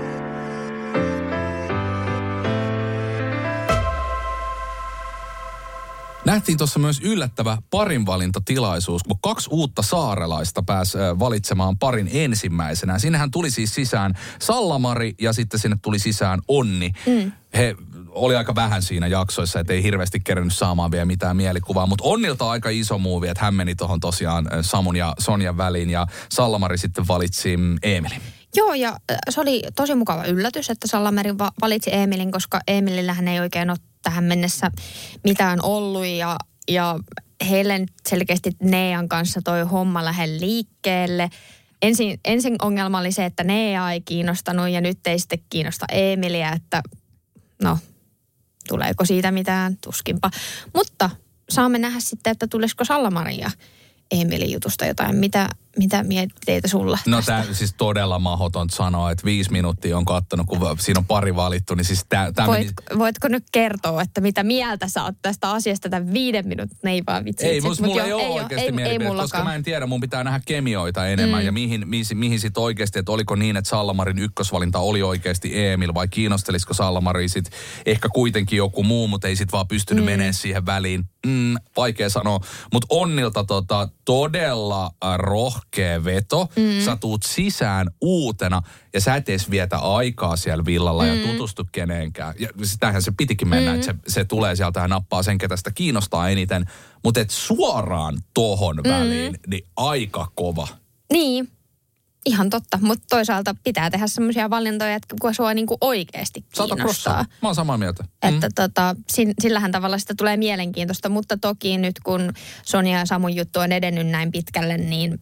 S1: Nähtiin tuossa myös yllättävä parinvalintatilaisuus, kun kaksi uutta saarelaista pääsi valitsemaan parin ensimmäisenä. Siinähän tuli siis sisään Sallamari ja sitten sinne tuli sisään Onni. Mm. He oli aika vähän siinä jaksoissa, ettei hirveästi kerennyt saamaan vielä mitään mielikuvaa. Mutta Onnilta on aika iso muuvi, että hän meni tuohon tosiaan Samun ja Sonjan väliin ja Sallamari sitten valitsi Eemilin.
S2: Joo, ja se oli tosi mukava yllätys, että Sallamari valitsi Eemilin, koska Eemilillähän ei oikein ole tähän mennessä mitään ollut ja, ja heille selkeästi Nean kanssa toi homma lähde liikkeelle. Ensin, ensin ongelma oli se, että Nea ei kiinnostanut ja nyt ei sitten kiinnosta Eemiliä, että no, tuleeko siitä mitään, tuskinpa. Mutta saamme nähdä sitten, että tulisiko Sallamari ja Eemilin jutusta jotain. Mitä, mitä mietteitä sulla
S1: No
S2: tästä?
S1: tämä siis todella mahdoton sanoa, että viisi minuuttia on kattonut, kun siinä on pari valittu, niin siis tämä...
S2: Voit, meni... Voitko nyt kertoa, että mitä mieltä sä oot tästä asiasta tämän viiden minuutin? Ne ei vaan vitsi.
S1: Ei, musta mulla ei ole oikeasti mielipiteitä, koska mä en tiedä, mun pitää nähdä kemioita enemmän mm. ja mihin, mihin, mihin sitten oikeasti, että oliko niin, että Sallamarin ykkösvalinta oli oikeasti Eemil vai kiinnostelisiko Sallamari sitten ehkä kuitenkin joku muu, mutta ei sitten vaan pystynyt mm. menemään siihen väliin. Mm, vaikea sanoa, mutta Onnilta tota, todella rohkea veto. Mm. Sä tuut sisään uutena ja sä et edes vietä aikaa siellä villalla mm. ja tutustu kenenkään. Ja sitähän se pitikin mennä, mm. että se, se tulee sieltä ja nappaa sen, ketä sitä kiinnostaa eniten. Mutta et suoraan tohon mm. väliin, niin aika kova.
S2: Niin. Ihan totta, mutta toisaalta pitää tehdä semmoisia valintoja, että kun sua niinku oikeasti kiinnostaa.
S1: Mä oon samaa mieltä.
S2: Että mm. tota, sillähän tavalla sitä tulee mielenkiintoista, mutta toki nyt kun Sonja ja Samun juttu on edennyt näin pitkälle, niin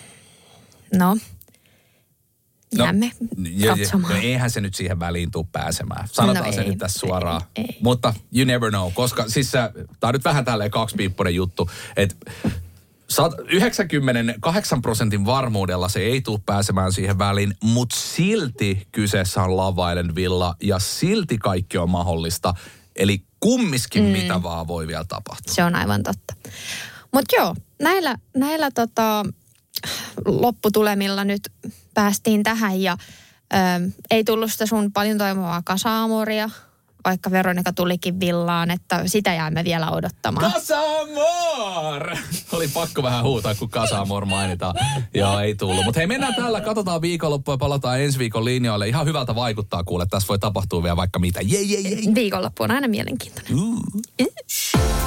S2: no, jäämme no, katsomaan.
S1: Ja, ja, eihän se nyt siihen väliin tule pääsemään. Sanotaan no se ei, nyt tässä suoraan.
S2: Ei, ei.
S1: Mutta you never know, koska siis tää on nyt vähän tälleen kaksipiippunen juttu, että yhdeksänkymmentäkahdeksan prosentin varmuudella se ei tule pääsemään siihen väliin, mutta silti kyseessä on Love Island villa ja silti kaikki on mahdollista. Eli kummiskin mm. mitä vaan voi vielä tapahtua.
S2: Se on aivan totta. Mutta joo, näillä, näillä tota, lopputulemilla nyt päästiin tähän ja ö, ei tullut sitä sun paljon toivovaa Casa-amoria, vaikka Veronika tulikin villaan, että sitä jäämme vielä odottamaan.
S1: Casa-amor! Oli pakko vähän huutaa, kun Casa-amor mainitaan. Joo, ei tullut. Mutta hei, mennään tällä, katsotaan viikonloppua ja palataan ensi viikon linjoille. Ihan hyvältä vaikuttaa kuule, tässä voi tapahtua vielä vaikka mitä. Jei, jei, jei.
S2: Viikonloppu on aina mielenkiintoinen.
S1: Uh.